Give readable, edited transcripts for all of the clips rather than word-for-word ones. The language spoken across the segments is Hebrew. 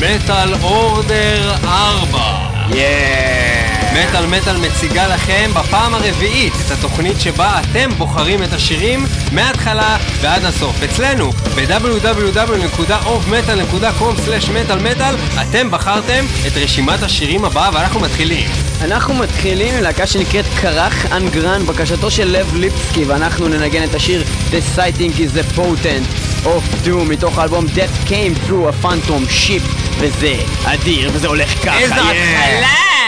מטל אורדר 4. מטל מציגה לכם בפעם הרביעית את התוכנית שבה אתם בוחרים את השירים מההתחלה ועד הסוף. אצלנו ב-www.ofmetal.com/metalmetal אתם בחרתם את רשימת השירים הבאה ואנחנו מתחילים. אנחנו מתחילים עם להקה שנקראת קרח אנגרן, בקשתו של לב ליפסקי, ואנחנו ננגן את השיר The Sighting is the Potent of Doom מתוך האלבום Death Came Through a Phantom Ship, וזה אדיר וזה הולך ככה. איזו התחלה!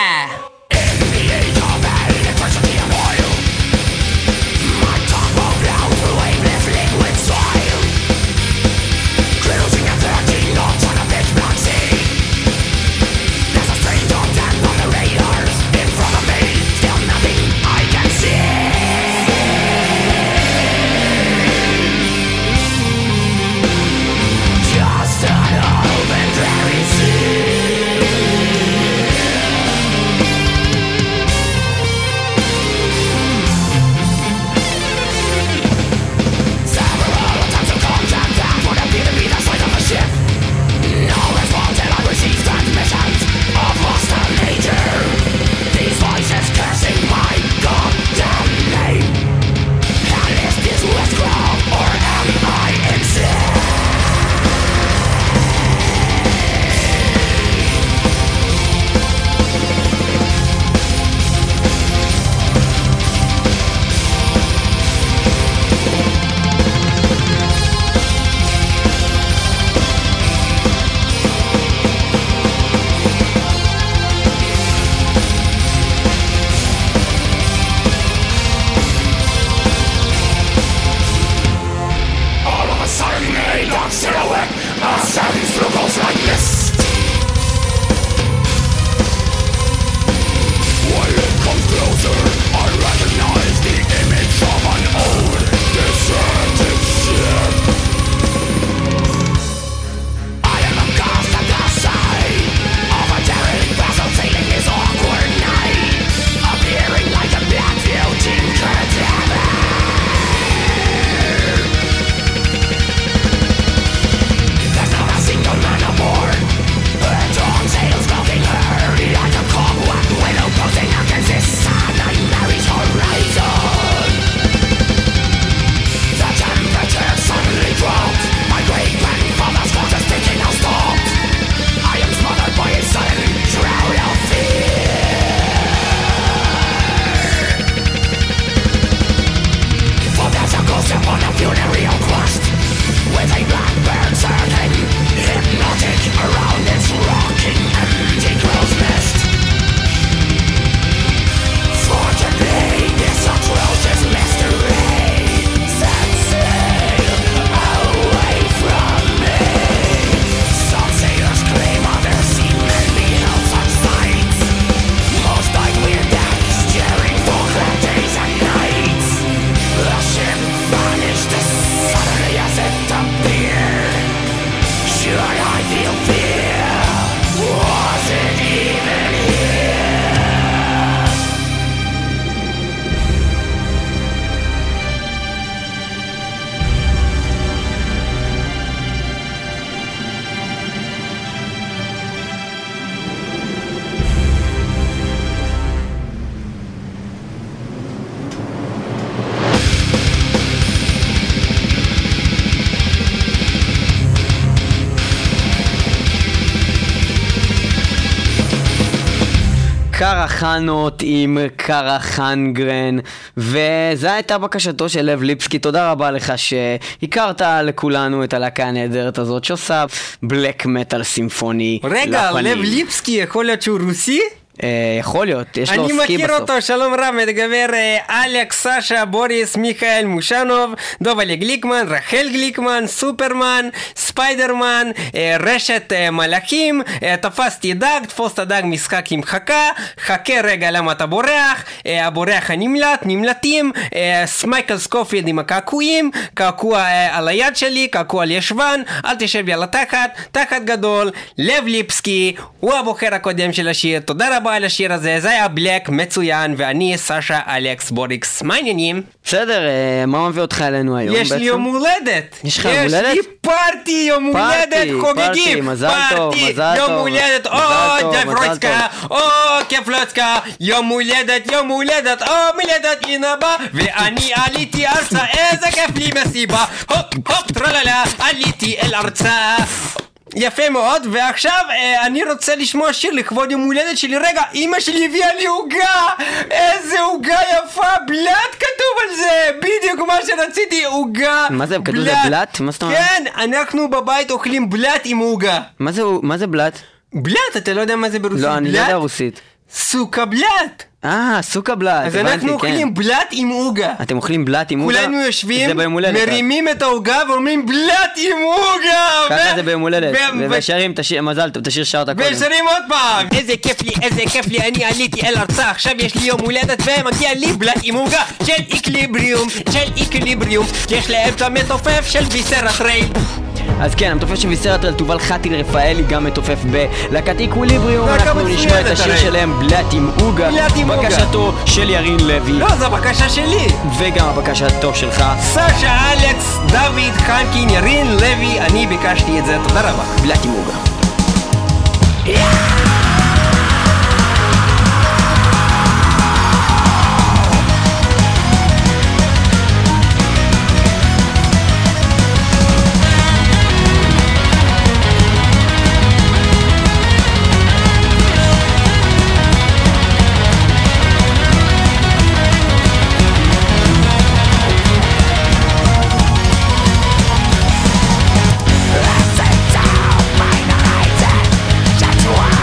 קרחנות עם קרח אנגרן, וזו הייתה בקשתו של לב ליפסקי. תודה רבה לך שהכרת לכולנו את הלהקה הנהדרת הזאת שעושה בלק מטל סימפוני. רגע, לב ליפסקי יכול להיות שהוא רוסי? יכול להיות, יש לו סקי בסוף. אני מכיר אותו, שלום רב, מדבר אלכס, סשה, בוריס, מיכאל מושנוב, דובלי גליקמן, רחל גליקמן, סופרמן, ספיידרמן, רשת מלאכים, תפסתי דג, תפוס את הדג משחק עם חכה רגע למה אתה בורח, הבורח הנמלט, נמלטים, מייקל סקופילד עם הקעקועים, קעקוע על היד שלי, קעקוע על ישבן, אל תשב לי על התחת, תחת גדול, לב ליפסקי, הוא הבוחר הקודם של השיר, תודה רבה רבה על השיר הזה, זה היה בלק מצוין, ואני סשה אלכס בוריקס. מה העניינים? בסדר, מה מביא אותך אלינו היום בעצם? יש לי יום הולדת. יש לך יום הולדת? יש לי פארטי, יום הולדת, חוגגים. מזל טוב, מזל יום טוב. הולדת, דברוצקה, כפלוצקה, יום הולדת, מולדת אינבה, ואני עליתי ארצה, איזה כיף לי מסיבה, הופ, טרללה, עליתי אל ארצה. יפה מאוד, ועכשיו אני רוצה לשמוע שיר לכבוד יום הולדת שלי. רגע, אמא שלי הביאה לי עוגה, איזה עוגה יפה, בלט כתוב על זה, בדיוק מה שרציתי, עוגה. מה זה, כתוב זה בלט? מה זאת אומרת? כן, אנחנו בבית אוכלים בלט עם עוגה. מה זה בלט? בלט, אתה לא יודע מה זה ברוסית? לא, אני לא יודע רוסית. סוכה בלט. סוכה בלט, אז אנחנו אוכלים בלט עם עוגה. אתם אוכלים בלט עם עוגה? כולנו יושבים, מרימים את העוגה ואומרים בלט עם עוגה. ככה זה ביום הולדת. ושרים, מזל טוב, תשיר שרת הקודם. ושרים עוד פעם. איזה כיף לי, אני עליתי אל ארצה, עכשיו יש לי יום הולדת ומגיע לי בלט עם עוגה של איקליבריום, יש להם את המתופף של ויסרת רייל. אז כן, המתופף של ויסרת רייל, תובל חתיל רפאלי גם מתופף בלהקת איקליבריום. אנחנו נשמע את השיר שלהם בלט עם עוגה, בקשתו של ירין לוי. לא, זו הבקשה שלי. וגם הבקשתו שלך, סשה אלכס, דוד חנקין, ירין לוי, אני ביקשתי את זה, תודה רבה. בלט עם עוגה. Meine Reise, Tattoo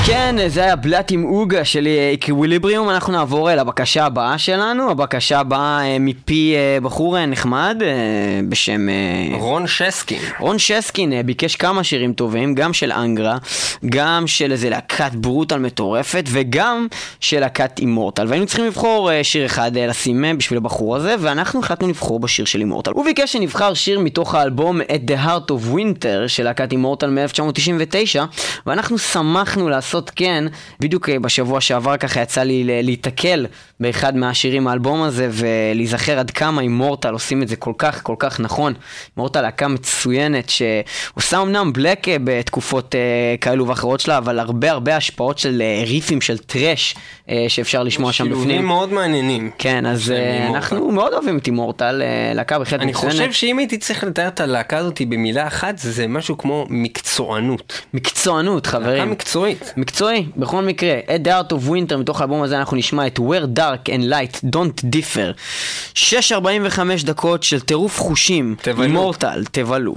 כן, זה היה בלט עם אוגה של אקוויליבריום. אנחנו נעבור לבקשה הבאה שלנו. הבקשה הבאה מפי בחור נחמד בשם רון שסקין. רון שסקין ביקש כמה שירים טובים, גם של אנגרה, גם של איזה להקת ברוטל מטורפת, וגם של להקת אימורטל. והיינו צריכים לבחור שיר אחד לשים בשביל הבחור הזה, ואנחנו החלטנו לבחור בשיר של אימורטל. הוא ביקש שנבחר שיר מתוך האלבום At the Heart of Winter של להקת אימורטל מ-1999, ואנחנו שמחנו לעשות כן. בדיוק בשבוע שעבר ככה יצא לי להתקל באחד מהשירים מהאלבום הזה ולהיזכר עד כמה אימורטל עושים את זה כל כך כל כך נכון. אימורטל להקה מצוינת שעושה אמנם בלק בתקופות כאלו ואחרות שלה, אבל הרבה השפעות של ריפים של טרש שאפשר לשמוע שם בפנים. שילובים מאוד מעניינים. כן, אז אנחנו מאוד אוהבים את אימורטל, להקה בהחלט מצוינת. אני חושב שאם הייתי צריך לתאר את הלהקה הזאת במילה אחת, זה משהו כמו מקצוענות. מקצוענות, חברים. להקה מקצועית. מקצועי, בכל מקרה. At the Heart of Winter, מתוך האלבום הזה אנחנו נשמע את Where Dark and Light Don't Differ. 6:45 דקות של טירוף חושים. אימורטל, תבלו.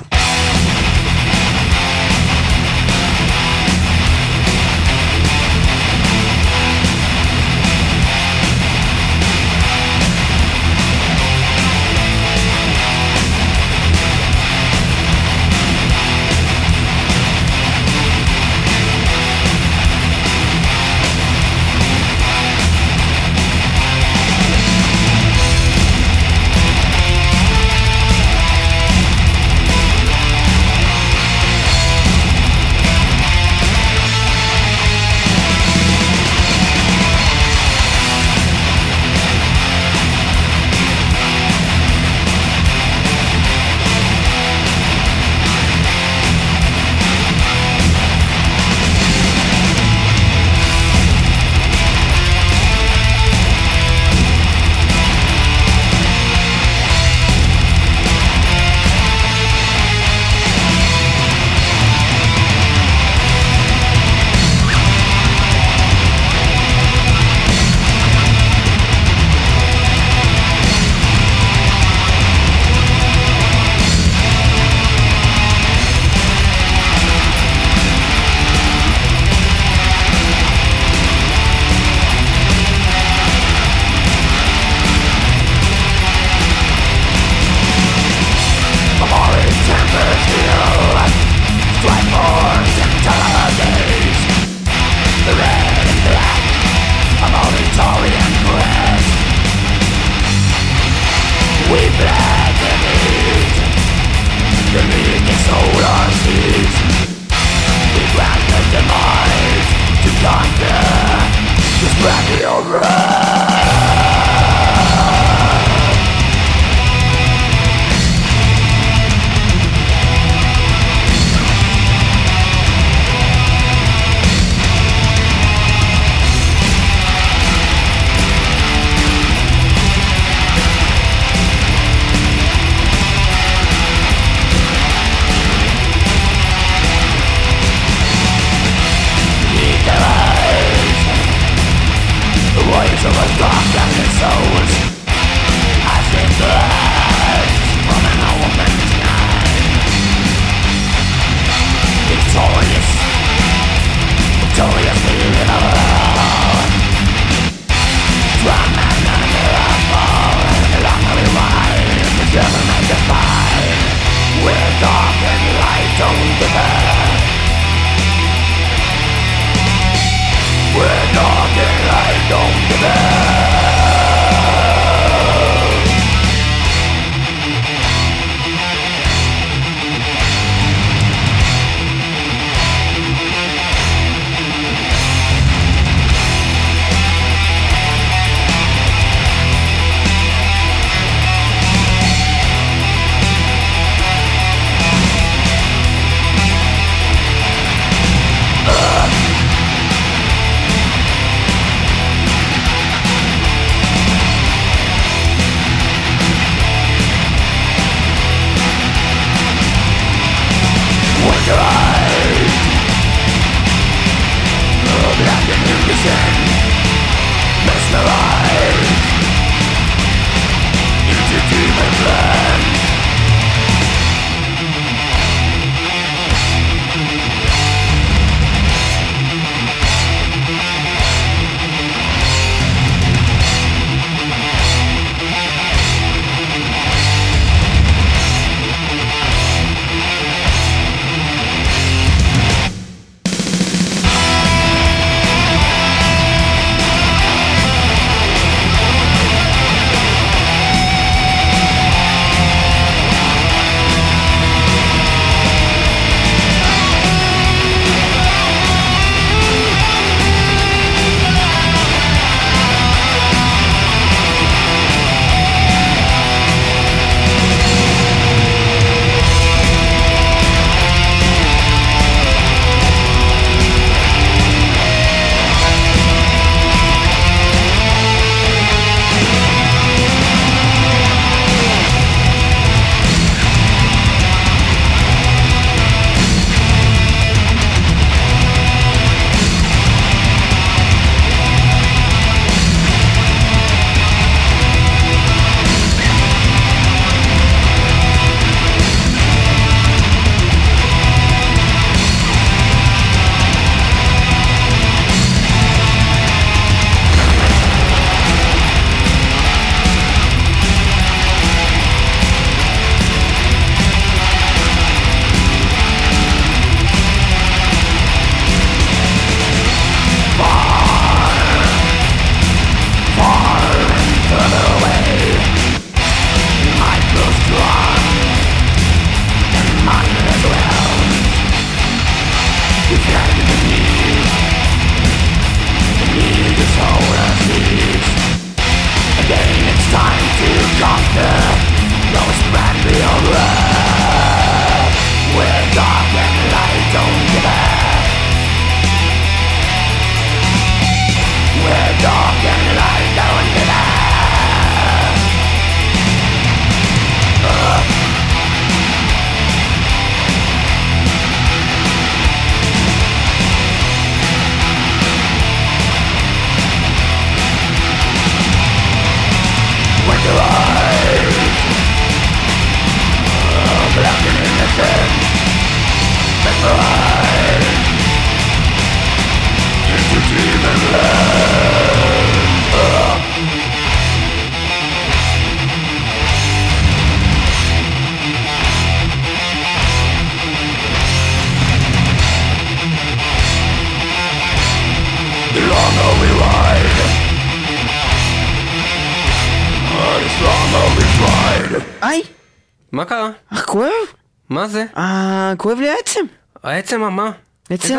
היי, מה קרה? כואב? מה זה? כואב לי העצם. העצם מה? עצם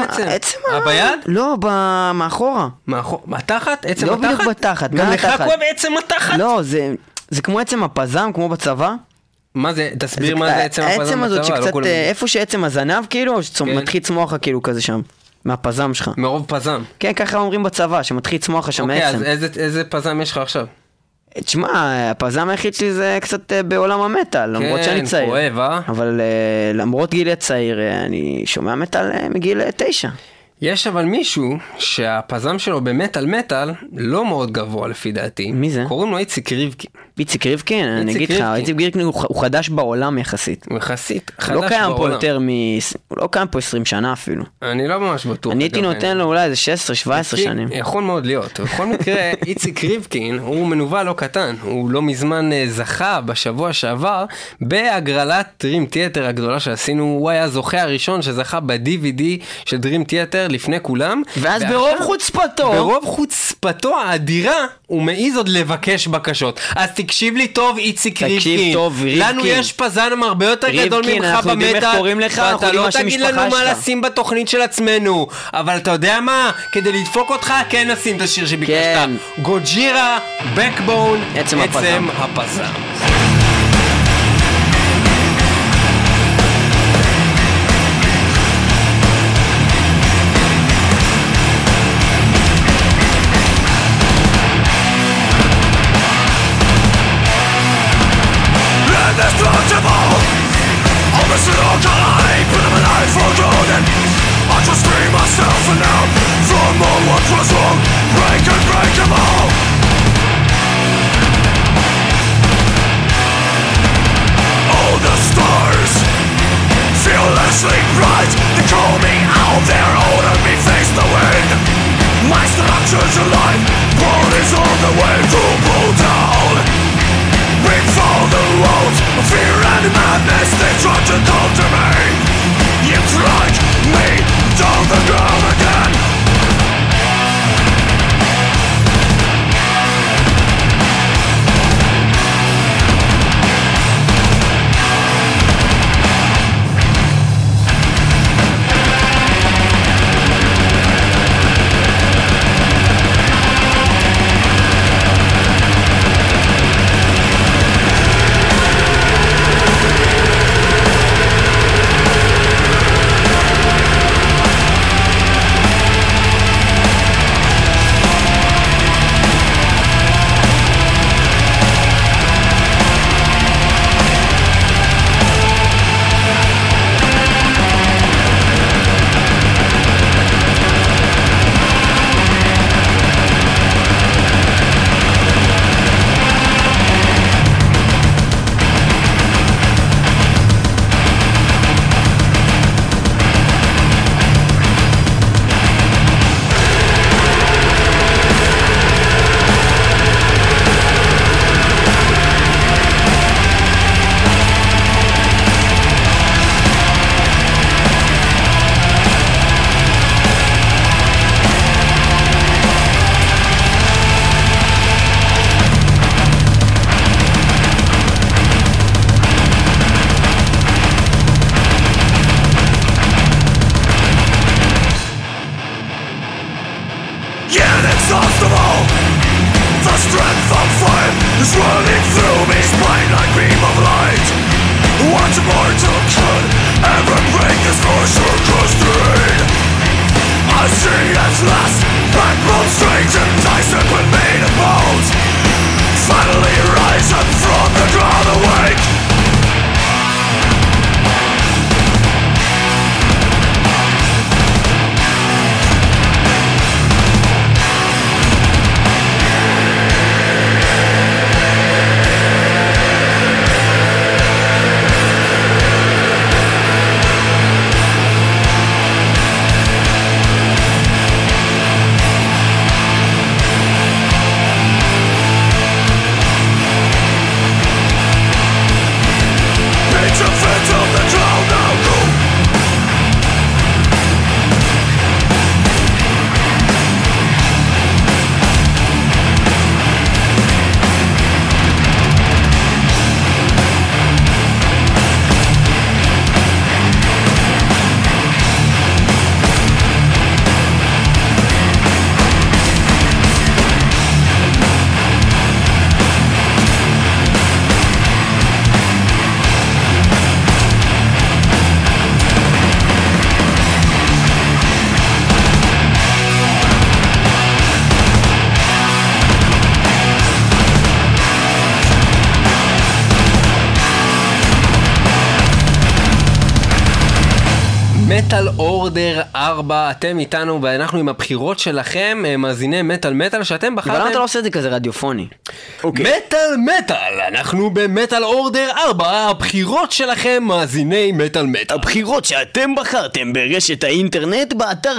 ביד? לא, מאחורה. בתחת? עצם לא התחת? בדיוק בתחת. גם לך כואב עצם התחת? לא, זה כמו עצם הפזם, כמו בצבא. מה זה? תסביר מה זה עצם הפזם בצבא. העצם הזאת שקצת, איפה שעצם הזנב כאילו, מתחיל לצמוח כאילו כזה שם. מהפזם שלך. מרוב פזם. כן, ככה אומרים בצבא, שמתחיל לצמוח לך שם העצם. אוקיי, אז איזה פזם יש לך עכשיו? תשמע, הפזם היחיד שלי זה קצת בעולם המטל, למרות שאני צעיר. כן, כואב, אבל למרות גילי צעיר, אני שומע מטל מגיל 9. יש אבל מישהו שהפזם שלו במטל לא מאוד גבוה לפי דעתי. מי זה? קוראים לו איציק ריבקין. איציק ריבקין, אני אגיד לך, איציק ריבקין הוא חדש בעולם יחסית. הוא יחסית חדש לא קיים בעולם. פה יותר הוא לא קיים פה 20 שנה אפילו. אני לא ממש בטוח. אני הייתי נותן לו אולי איזה 16-17 שנים. יכול מאוד להיות. בכל מקרה, איציק ריבקין הוא מנוול לא קטן. הוא לא מזמן זכה בשבוע שעבר בהגרלת דרים תיאטר הגדולה שעשינו. הוא היה הזוכה הראשון שזכה ב-DVD של דרים תיאטר לפני כולם. ואז ברוב חוצפתו האדירה הוא מעיז עוד לבקש בקשות. אז תקשיב לי טוב, איציק ריבקין. לנו יש פזם הרבה יותר גדול ממך במטה, ואתה לא תגיד לנו מה לשים בתוכנית של עצמנו. אבל אתה יודע מה? כדי לדפוק אותך, כן נשים את השיר שביקשת. גוג'ירה, בקבון, עצם הפזם. מטל אורדר 4, אתם איתנו ואנחנו עם הבחירות שלכם, מאזיני מטל, שאתם בחרתם. אבל למה אתה לא עושה את זה כזה רדיופוני? מטל, אנחנו במטל אורדר 4, הבחירות שלכם, מאזיני מטל. הבחירות שאתם בחרתם ברשת האינטרנט, באתר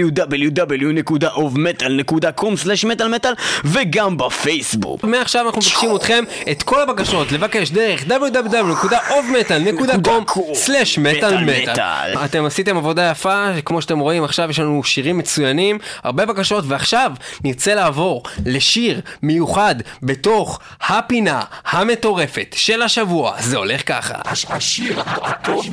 www.ofmetal.com/metalmetal וגם בפייסבוק. מעכשיו אנחנו מבקשים אתכם את כל הבקשות לבקש דרך www.ofmetal.com/metalmetal. אתם עשיתם עבודה יפה, כמו שאתם רואים עכשיו יש לנו שירים מצוינים, הרבה בקשות, ועכשיו נרצה לעבור לשיר מיוחד בתוך הפינה המטורפת של השבוע. זה הולך ככה. השיר הטוב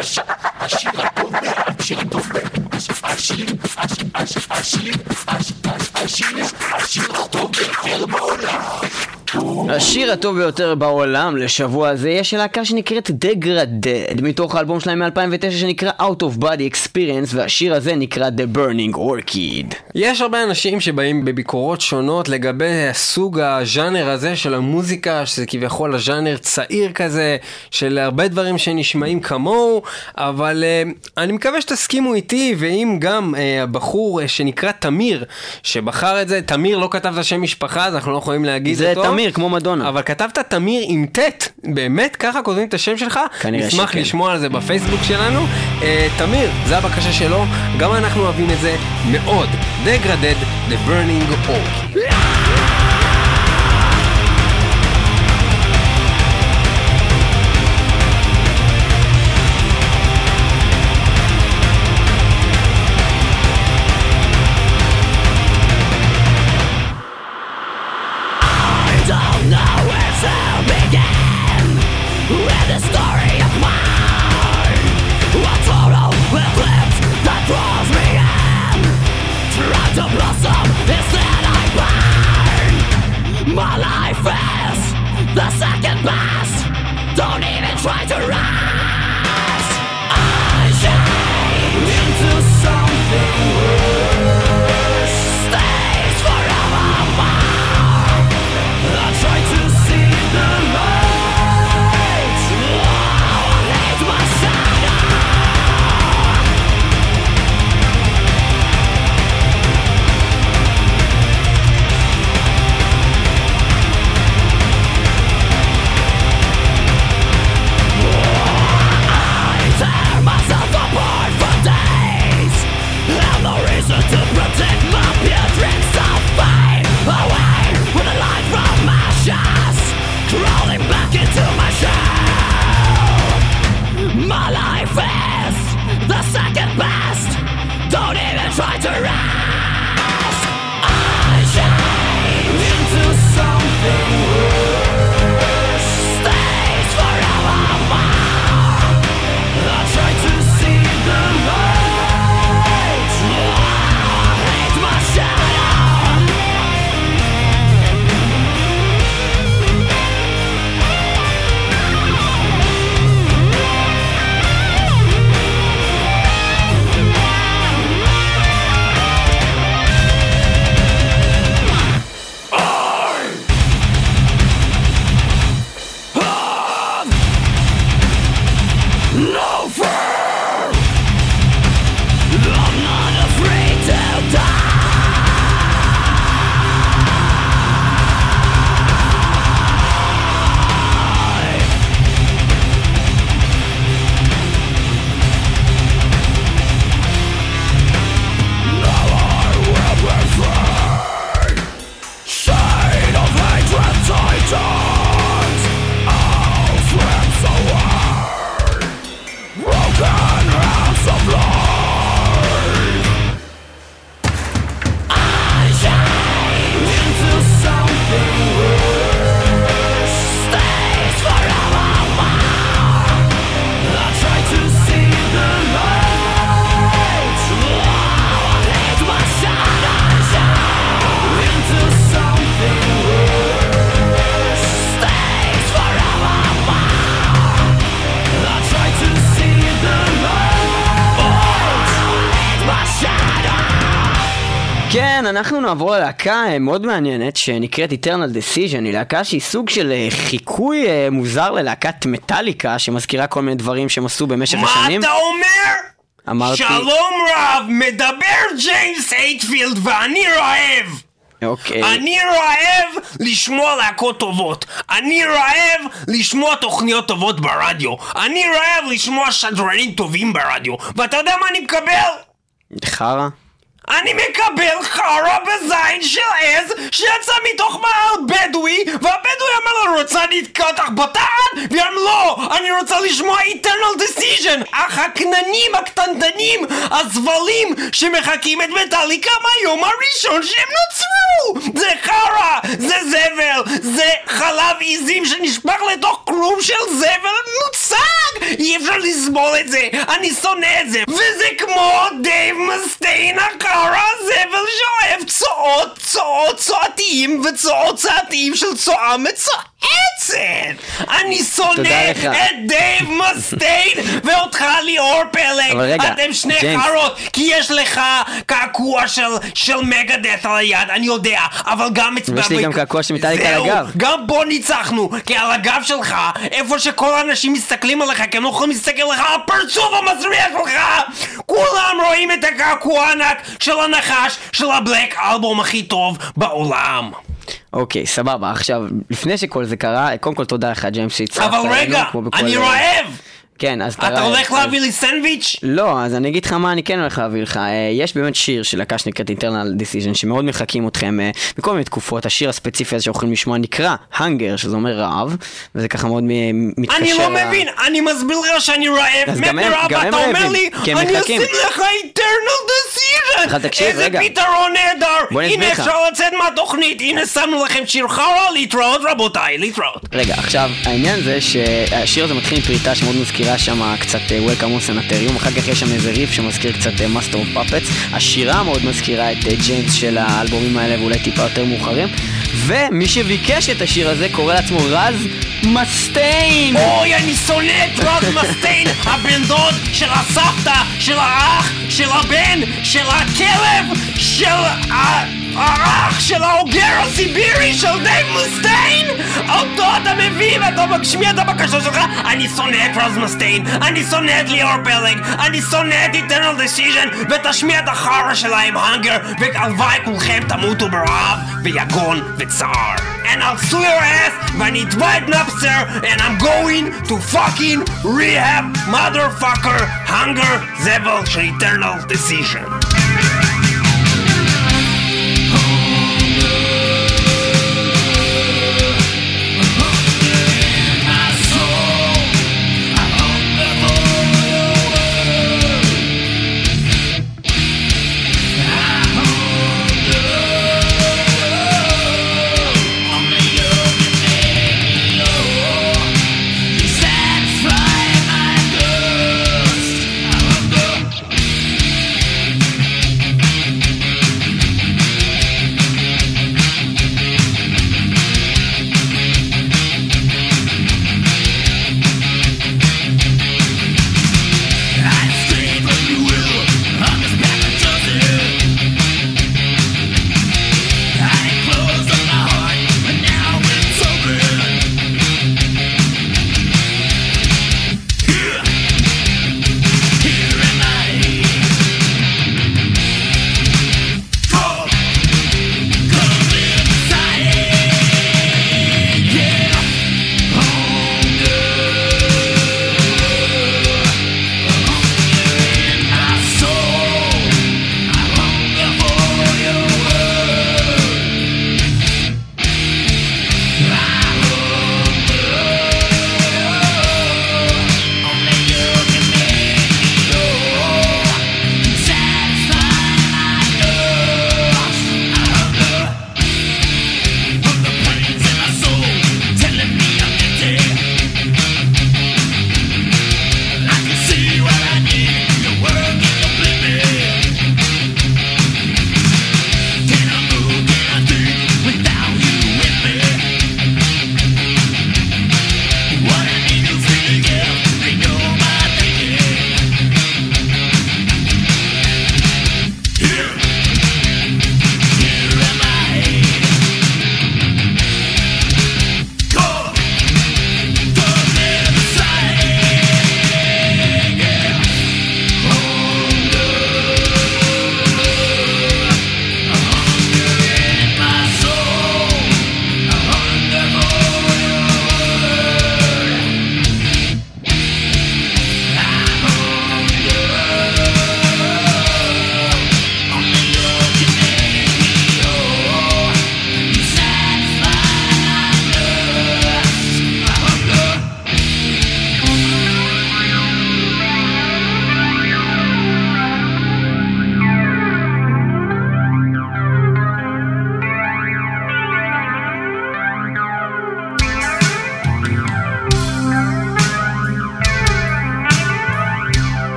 השיר הטוב ביותר בעולם לשבוע הזה יש להקה שנקראת Degraded, מתוך האלבום שלהם מ-2009 שנקרא Out of Body Experience, והשיר הזה נקרא The Burning Orchid. יש הרבה אנשים שבאים בביקורות שונות לגבי הסוג הז'אנר הזה של המוזיקה, שזה כביכול הז'אנר צעיר כזה, של הרבה דברים שנשמעים כמוהו, אבל אני מקווה שתסכימו איתי, ואם גם הבחור שנקרא תמיר, שבחר את זה, תמיר לא כתב את השם משפחה, אז אנחנו לא יכולים להגיד זה אותו. זה תמיר, כמו מדונה. אבל כתבת תמיר עם טט, באמת ככה כותבים את השם שלך? נשמח לשמוע על זה בפייסבוק שלנו. תמיר, זה הבקשה שלו, גם אנחנו אוהבים את זה מאוד. Degraded, The Burning Orchid. My life is the second best. Don't even try to rise. I change into something worse. Stays forevermore. I try to see the light. Oh, I hate my shadow. To protect my putrid self-fame, away with the light from my ashes, crawling back into my shell. My life is the second best. Don't even try to rest. I change into something worse. Stays forevermore. I try to see the light. כן, אנחנו נעבור ללהקה מאוד מעניינת שנקראת Eternal Decision. היא להקה שהיא סוג של חיקוי מוזר ללהקת מטליקה, שמזכירה כל מיני דברים שהם עשו במשך השנים. מה אתה אומר? אמרתי... שלום רב, מדבר ג'יימס אייטפילד ואני רעב. אוקיי. אני רעב לשמוע להקות טובות. אני רעב לשמוע תוכניות טובות ברדיו. אני רעב לשמוע שדרנים טובים ברדיו. ואתה יודע מה אני מקבל? חרה? אני מקבל חרה בזין של עז שיצא מתוך מעל בדואי, והבדואי אמר לו רוצה לתקוע אותך בתחת, והם לא, אני רוצה לשמוע eternal decision. אך הכננים הקטנטנים הזבלים שמחכים את מטליקה מהיום הראשון שהם נוצרו, זה חרה, זה זבל, זה חלב עיזים שנשפך לתוך כלום של זבל מוצג. אי אפשר לסבול את זה, אני שונא את זה. וזה כמו דייב מסטיין החרה זבל שאוהב צועתיים וצועתיים של צועה מצועצת. אני שונא את דייב מסטיין ואותך ליאור פלג. אתם שני חרות, כי יש לך קעקוע של מגדט על היד, אני יודע, אבל גם יש לי גם קעקוע שמטליקה על הגב. גם בו ניצחנו, כי על הגב שלך, איפה שכל האנשים מסתכלים עליך, כי הם לא יכולים להסתכל לך על הפרצוף המזריח שלך, כולם רואים את הקעקוע הענק של הנחש של הבלק אלבום הכי טוב בעולם. אוקיי, סבבה. עכשיו, לפני שכל זה קרה, קודם כל תודה לך, ג'יימס, שהצטרפת. אבל רגע, אני רעב! כן, אז אתה הולך להביא לי סנדוויץ'? לא, אז אני אגיד לך מה אני כן הולך להביא לך. יש באמת שיר של להקה שנקראת Eternal Decision שמאוד מחכים אתכם בכל מיני תקופות. השיר הספציפי הזה שהולכים לשמוע נקרא Hunger, שזה אומר רעב, וזה ככה מאוד מתקשר. אני לא מבין, אני מסביר לך שאני רעב, מרעב, אתה אומר לי, אני אשים לך Eternal Decision, איזה פתרון נהדר, הנה אפשר לצאת מהתוכנית, הנה שמנו לכם שיר חרה, להתראות רבותיי, להתראות. רגע, עכשיו, העניין זה שהשיר הזה מתחיל עם פריטה שמאוד מזכירה שם קצת Welcome on Sanitarium, אחר כך יש שם איזה ריף שמזכיר קצת Master of Puppets, השירה מאוד מזכירה את ג'יימס של האלבומים האלה ואולי טיפה יותר מאוחרים, ומי שביקש את השיר הזה קורא לעצמו רז מסטיין. אוי, אני שונא את רז מסטיין, הבן דוד של הסבתא, של האח, של הבן, של הכלב, של האח של האוגר הסיבירי של דייב מסטיין. אותו אתה מביא ואתה משמיע את הבקשה שלך. אני שונא את רז מסטיין, אני שונא את ליאור פלג, אני שונא את Eternal Decision, ותשמיע את החרא שלהם Hunger, והלוואי כולכם תמותו ברעב ויגון וצער. And I'll sue your ass ואני אתבע את נפסר, and I'm going to fucking rehab motherfucker Hunger זבל של Eternal Decision.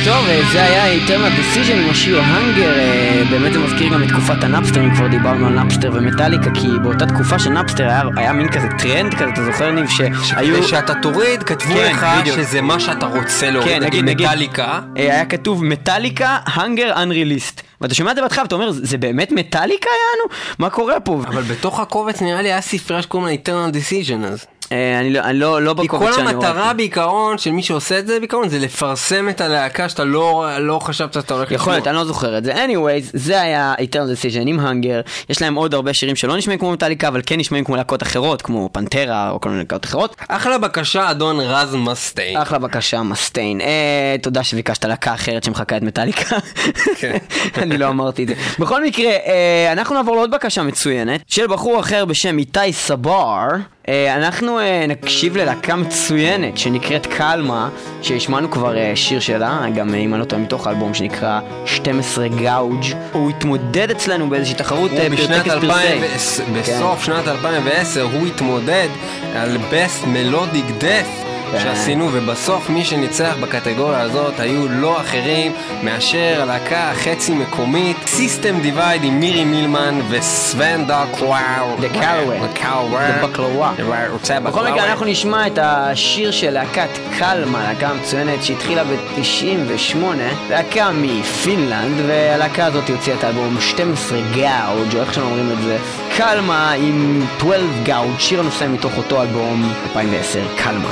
טוב, זה היה Eternal Decision עם השיר Hunger. באמת זה מזכיר גם את תקופת הנאפסטר, אם כבר דיברנו על נאפסטר ומטאליקה, כי באותה תקופה של נאפסטר היה מין כזה טרנד כזה, אתה זוכר ניב, שהיו... שאתה תוריד, כתבו לך שזה מה שאתה רוצה להוריד, נגיד מטאליקה. היה כתוב מטאליקה, Hunger Unreleased. ואתה שומע את זה בהתחלה, ואתה אומר, זה באמת מטאליקה יענו? מה קורה פה? אבל בתוך הקובץ נראה לי היה ספרייה שקוראים לה Eternal Decision אז. אני לא בקובץ שאני רואה. כי כל המטרה בעיקרון של מי שעושה את זה בעיקרון זה לפרסם את הלהקה שאתה לא חשבת שאתה הולך יכול להיות, אני לא זוכר את זה. anyways, זה היה Eternal Decision עם Hunger. יש להם עוד הרבה שירים שלא נשמעים כמו מטאליקה, אבל כן נשמעים כמו להקות אחרות, כמו פנטרה או כל מיני להקות אחרות. אחלה בקשה, אדון רז מסטיין. אחלה בקשה, מסטיין. תודה שביקשת להקה אחרת שמחכה את מטאליקה. אני לא אמרתי את זה. בכל מקרה, אנחנו נעבור לעוד בקשה מצוינת של בחור אחר בשם איתי סבר. אנחנו נקשיב ללהקה מצוינת שנקראת קלמה, שהשמענו כבר שיר שלה, גם אם אני לא טועה מתוך האלבום שנקרא 12 גאוג'. הוא התמודד אצלנו באיזושהי תחרות בטקס פרסי. בסוף שנת 2010 הוא התמודד על Best Melodic Death שעשינו, ובסוף מי שניצח בקטגוריה הזאת היו לא אחרים מאשר הלהקה החצי מקומית System Divide עם מירי מילמן וסוון דקלאו בקלווה. בכל מקרה אנחנו נשמע את השיר של להקת קלמה, להקה מצוינת שהתחילה ב-98, להקה מפינלנד, והלהקה הזאת הוציאה את האלבום 12 גאוג' או איך שאומרים את זה, קלמה עם 12 גאוג', שיר הנושא מתוך אותו אלבום 2010, קלמה.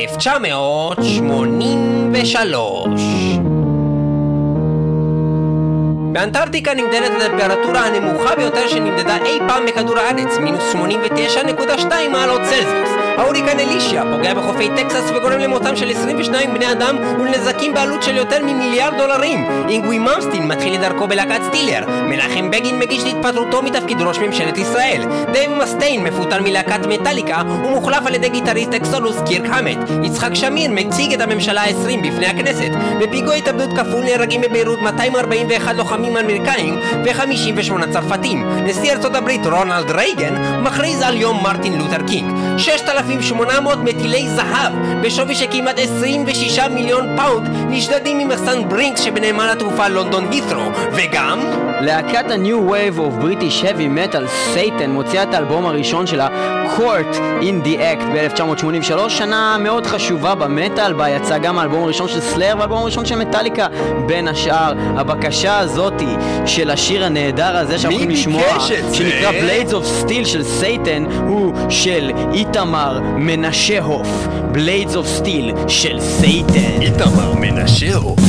1983. באנטארקטיקה נמדדת הטמפרטורה הנמוכה ביותר שנמדדה אי פעם בכדור הארץ, מינוס 89.2 מעלות צלזיוס. ההוריקן אלישיה פוגע בחופי טקסס וגורם למותם של 22 בני אדם ולנזקים בעלות של יותר ממיליארד דולרים. אינגווי ממסטין מתחיל את דרכו בלהקת סטילר. מנחם בגין מגיש להתפטרותו מתפקיד ראש ממשלת ישראל. דייב מסטיין מפוטר מלהקת מטליקה ומוחלף על ידי גיטריסט אקסודוס קירק המט. יצחק שמיר מציג את הממשלה ה-20 בפני הכנסת. בפיגוע התאבדות כפול נהרגים בביירות 241 לוחמים אמריקאים ו-58 צרפתים. נשיא ארצות הברית רונלד רייגן מכריז על יום מרטין לותר קינג. 6,800 מטילי זהב בשווי שכמעט 26 מיליון פאונד נשדדים ממחסן ברינקס שבנמל התעופה לונדון הית'רו. וגם להקת ה-New Wave of British Heavy Metal Satan מוציאה את האלבום הראשון שלה Court in the Act ב-1983, שנה מאוד חשובה במטל, בה יצא גם האלבום הראשון של סלאר והאלבום הראשון של מטליקה. בין השאר, הבקשה הזאתי של השיר הנהדר הזה שאנחנו לשמוע, שנקרא Blades of Steel של סייטן, הוא של איתמר מנשהוף. Blades of Steel של סייטן. איתמר מנשהוף.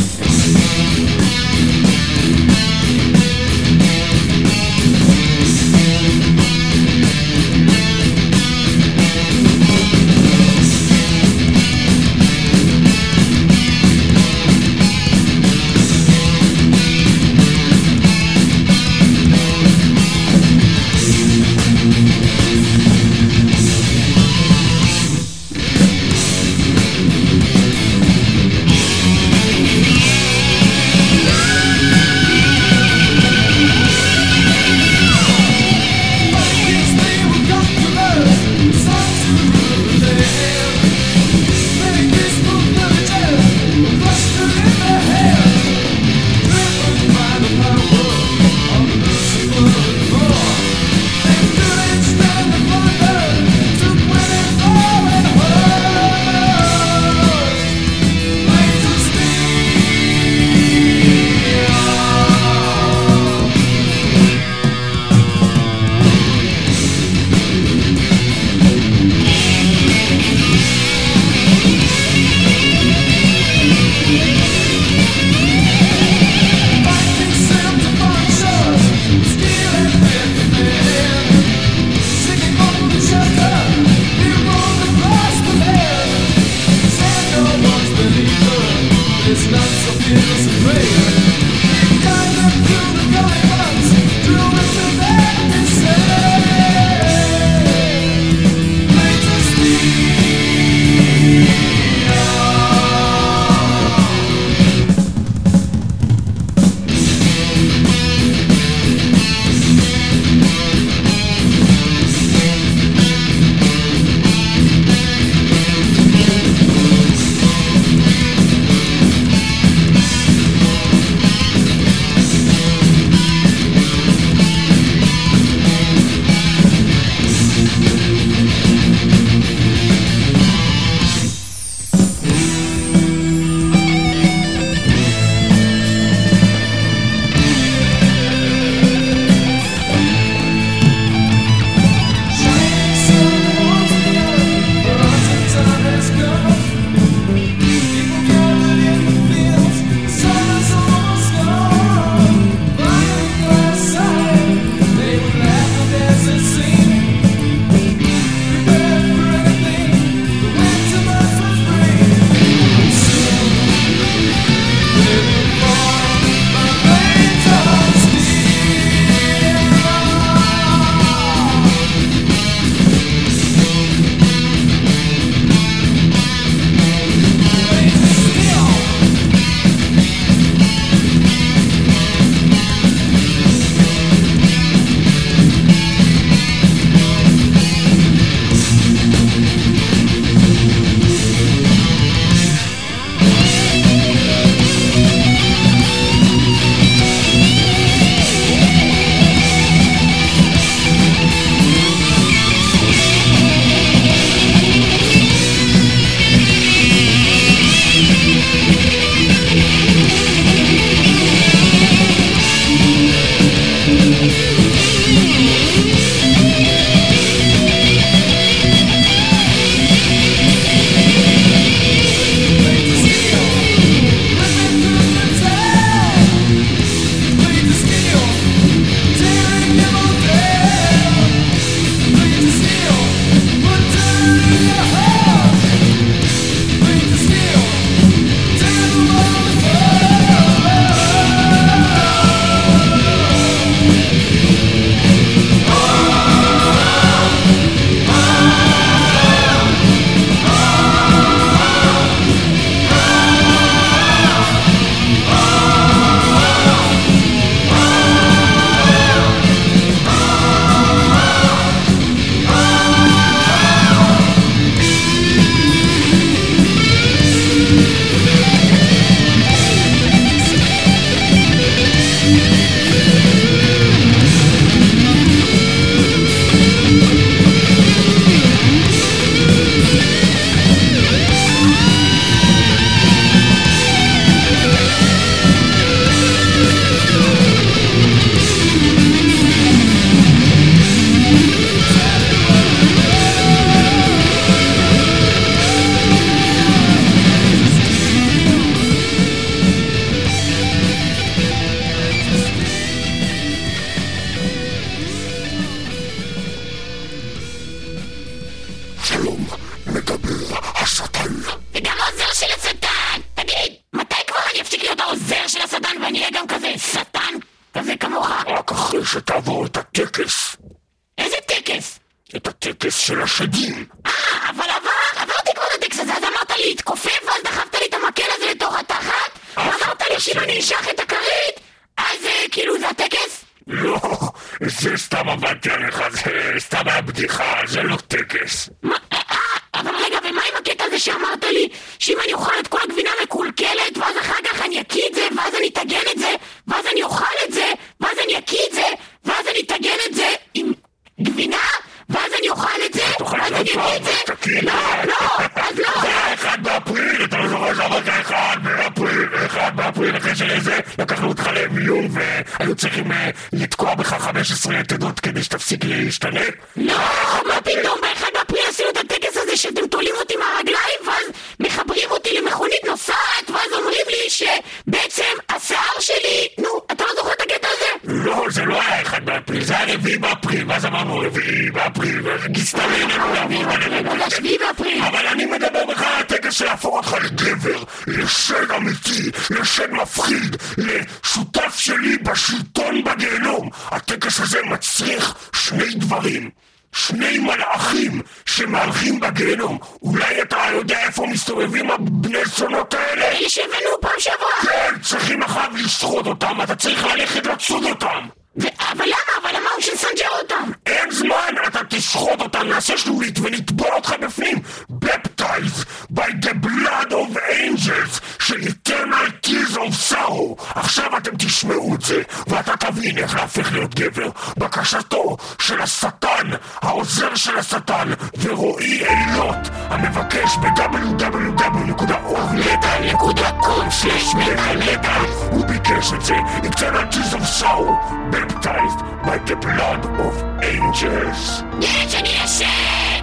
השדים. אבל עברתי כבר את הטקסט הזה, אז אמרת לי להתכופף, ואז דחפת לי את המקל הזה לתוך התחת, ואמרת לי שאם אני אשח את הכרית, אז כאילו זה הטקס? לא, זה סתם עבדתי עליך, זה סתם היה בדיחה, זה לא טקס. אבל רגע, ומה עם הקטע הזה שאמרת לי, שאם אני אוכל את כל הגבינה מקולקלת, ואז אחר כך אני אקיא את זה, ואז אני אטגן את זה, ואז אני אוכל את זה, ואז אני אקיא את זה, ואז אני אטגן את זה עם גבינה, ואז אני אוכל את זה, ואז אני אקיא את זה? לא, אז לא. זה היה 1 באפריל, אתה לא זוכר שאמרת 1 באפריל, אחרי שלזה לקחנו אותך למיון והיו צריכים לתקוע בך 15 יתדות כדי שתפסיק להשתלט? לא, מה פתאום, ב1 באפריל עשינו את הטקס הזה שאתם תולים אותי מהרגליים, ואז מחברים אותי למכונית נוסעת, ואז אומרים לי שבעצם השיער שלי, נו, אתה לא זוכר את הקטע הזה? לא, זה לא היה 1 באפריל, זה היה 4 באפריל, ואז אמרנו 4 באפריל, וגסתם איננו להעביר זה 7 באפריל. אבל אני מדבר בך על הטקס שיהפוך אותך לגבר, לשד אמיתי, לשד מפחיד, לשותף שלי בשלטון בגיהנום. הטקס הזה מצריך 2 דברים, 2 מלאכים שמהלכים בגיהנום. אולי אתה יודע איפה מסתובבים הבני זונות האלה? אלה שהבאנו פעם שעברה. כן, צריכים אחר לשחוט אותם, אתה צריך ללכת לצוד אותם. אבל למה? אבל למה הוא שנסנג'ר אותם? אין זמן, אתה תשחוט אותם, נעשה שלולית ונטבול אותך בפנים. Baptized by the blood of angels של eternal tears of sorrow. עכשיו אתם תשמעו את זה, ואתה תבין איך להפך להיות גבר. בקשתו של השטן, העוזר של השטן, ורועי אילות, המבקש ב-www.ormetal.com/metal. הוא ביקש את זה, eternal tears of sorrow, baptized by the blood of angels. יש, אני ישן!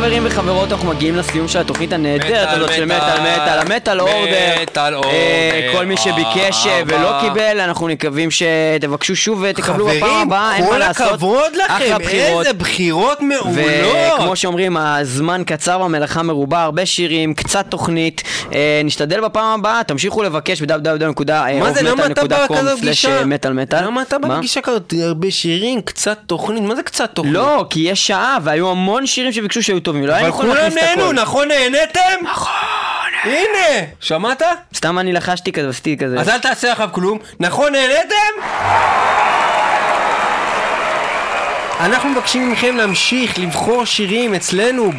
חברים וחברות, אנחנו מגיעים לסיום של התוכנית הנהדרת הזאת של מטל, המטל אורדר. כל מי שביקש ולא קיבל, אנחנו מקווים שתבקשו שוב ותקבלו בפעם הבאה. חברים, כל הכבוד לכם, איזה בחירות מעולות. וכמו שאומרים, הזמן קצר והמלאכה מרובה, הרבה שירים, קצת תוכנית. נשתדל בפעם הבאה, תמשיכו לבקש www.ovmetal.com/metalmetal. למה אתה בגישה כזאת? הרבה שירים, קצת תוכנית, מה זה קצת תוכנית? לא, כי יש שעה והיו המון שירים שביקשו שהיו טובים, לא היינו יכולים להכניס את הכל. אבל כולם נהנו, נכון נהנתם? נכון. הנה, שמעת? סתם אני לחשתי כזה, עשיתי כזה. אז אל תעשה אחר כלום, נכון נהנתם? אנחנו מבקשים מכם להמשיך לבחור שירים אצלנו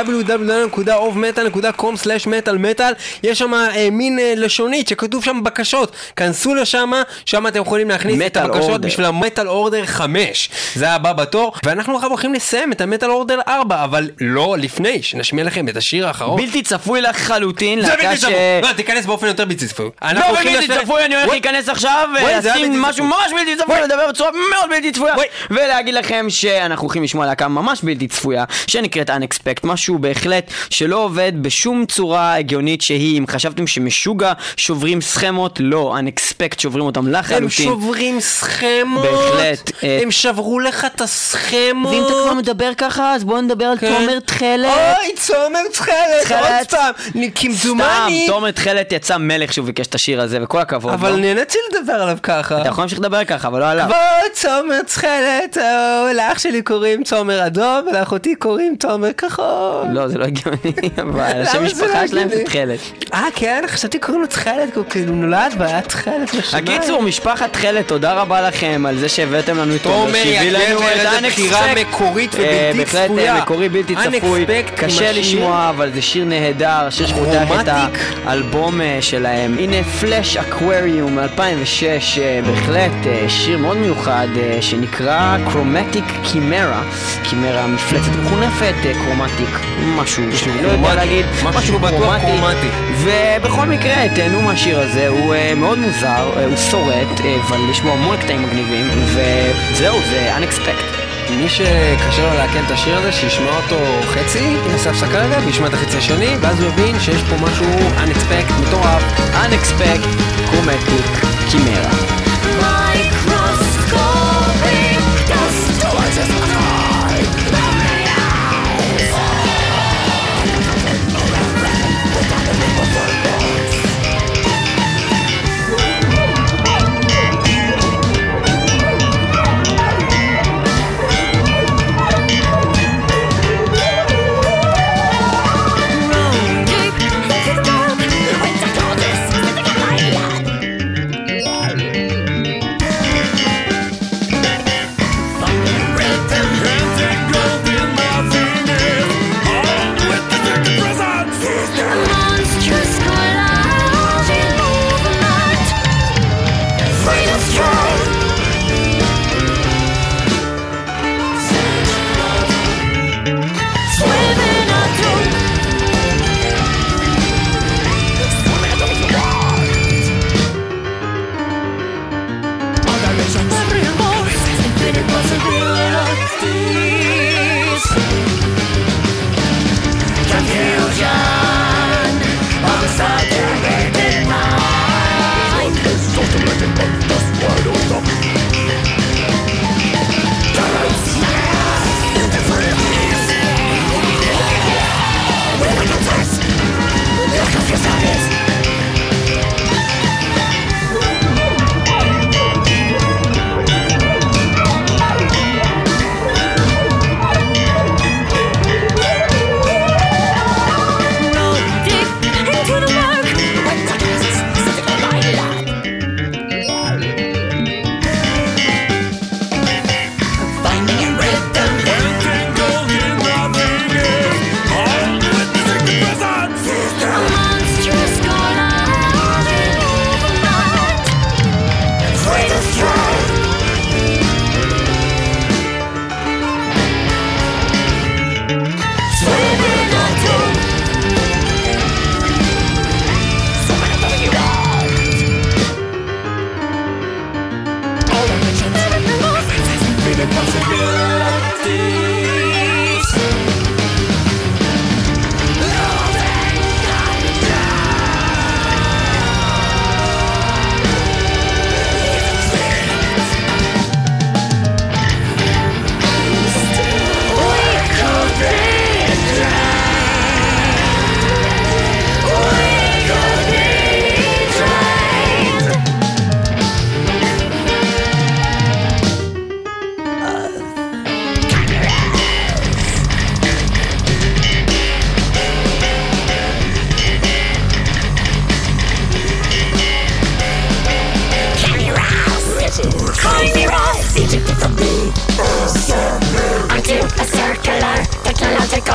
ב-www.ovmetal.com/metalmetal. יש שם מין לשונית שכתוב שם בקשות, כנסו לשם, שם אתם יכולים להכניס את הבקשות בשביל המטל אורדר 5, זה הבא בתור. ואנחנו עכשיו הולכים לסיים את המטל אורדר 4, אבל לא לפני שנשמיע לכם את השיר האחרון. בלתי צפוי לחלוטין. זה בלתי צפוי, לא, תיכנס באופן יותר בלתי צפוי. לא בלתי צפוי, אני הולך להיכנס עכשיו ולשים משהו ממש בלתי צפוי, לדבר בצורה מאוד בלתי צפויה ולהגיד לכם שאנחנו הולכים לשמוע להקה ממש בלתי צפויה שנקראת Unexpect, משהו בהחלט שלא עובד בשום צורה הגיונית שהיא. אם חשבתם שמשוגע שוברים סכמות, לא, Unexpect שוברים אותם לחלוטין. הם שוברים סכמות, בהחלט. הם שברו לך את הסכמות. ואם אתה כבר מדבר ככה, אז בואו נדבר על תומר תחלת. אוי, תומר תחלת, עוד פעם, כמדומני. סתם, תומר תחלת יצא מלך שהוא ביקש את השיר הזה, וכל הכבוד. אבל נהניתי לדבר עליו ככה. אתה יכול להמשיך לדבר ככה, אבל לא עליו. כבוד תומר תחלת, לאח שלי קוראים תומר אדום, ולאחותי קוראים תומר כחול. לא, זה לא הגיוני, אבל השם משפחה שלהם זה תחלת. כן, חשבתי קוראים לו תחלת, כאילו נולד והיה תחלת בשמיים. הקיצור, משפחת תחלת, תודה רבה לכם על זה שהבאתם לנו את תומר, שהביא לנו את איזה בחירה מקורית ובלתי צפויה. בהחלט מקורי בלתי צפוי, קשה לשמוע, אבל זה שיר נהדר, שיר שפותח את האלבום שלהם. הנה פלאש אקווריום 2006, בהחלט שיר מאוד מיוחד שנקרא קרומטיק קימרה. קימרה מפלצת מחונפת, קרומטיק, משהו שאני לא יודע להגיד, משהו קרומטי. ובכל מקרה, תהנו מהשיר הזה, הוא מאוד מוזר, הוא סורט, אבל יש בו המון קטעים מגניבים, וזהו, זה Unexpect. מי שקשה לו להקל את השיר הזה, שישמע אותו חצי, יעשה הפסקה רגע, וישמע את החצי השני, ואז הוא יבין שיש פה משהו Unexpect, מטורף. Unexpect, קרומטיק, קימרה.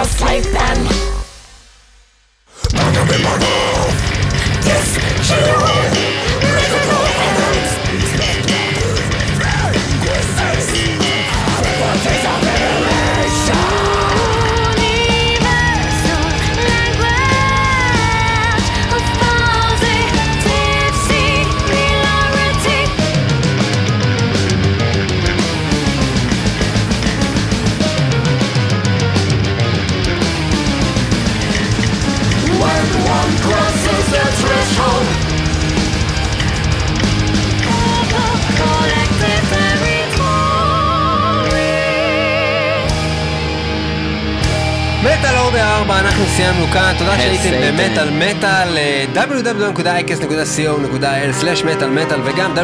no sleeping. This hero, mythical elements. Crosses the threshold. Collective territory. מטל אורדר 4, אנחנו סיימנו כאן, תודה שהייתם במטל מטל, www.icast.co.il/מטל וגם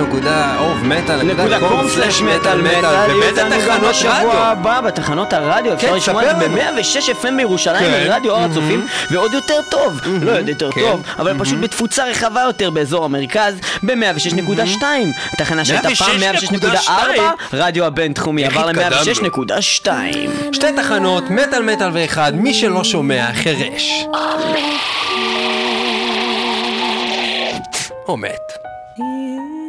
www.ofmetal.com/מטל ובאיזה תחנות שבוע רדיו? הבא בתחנות הרדיו אפשר לשמוע ב-106 FM בירושלים, ברדיו אור הצופים, ועוד יותר טוב, לא עוד יותר טוב, אבל פשוט בתפוצה רחבה יותר באזור המרכז ב-106.2, תחנה שהייתה פעם 106.4, רדיו הבינתחומי עבר ל-106.2. שתי תחנות, מטל מטל ואחד, מי שלא שומע חרש או מת.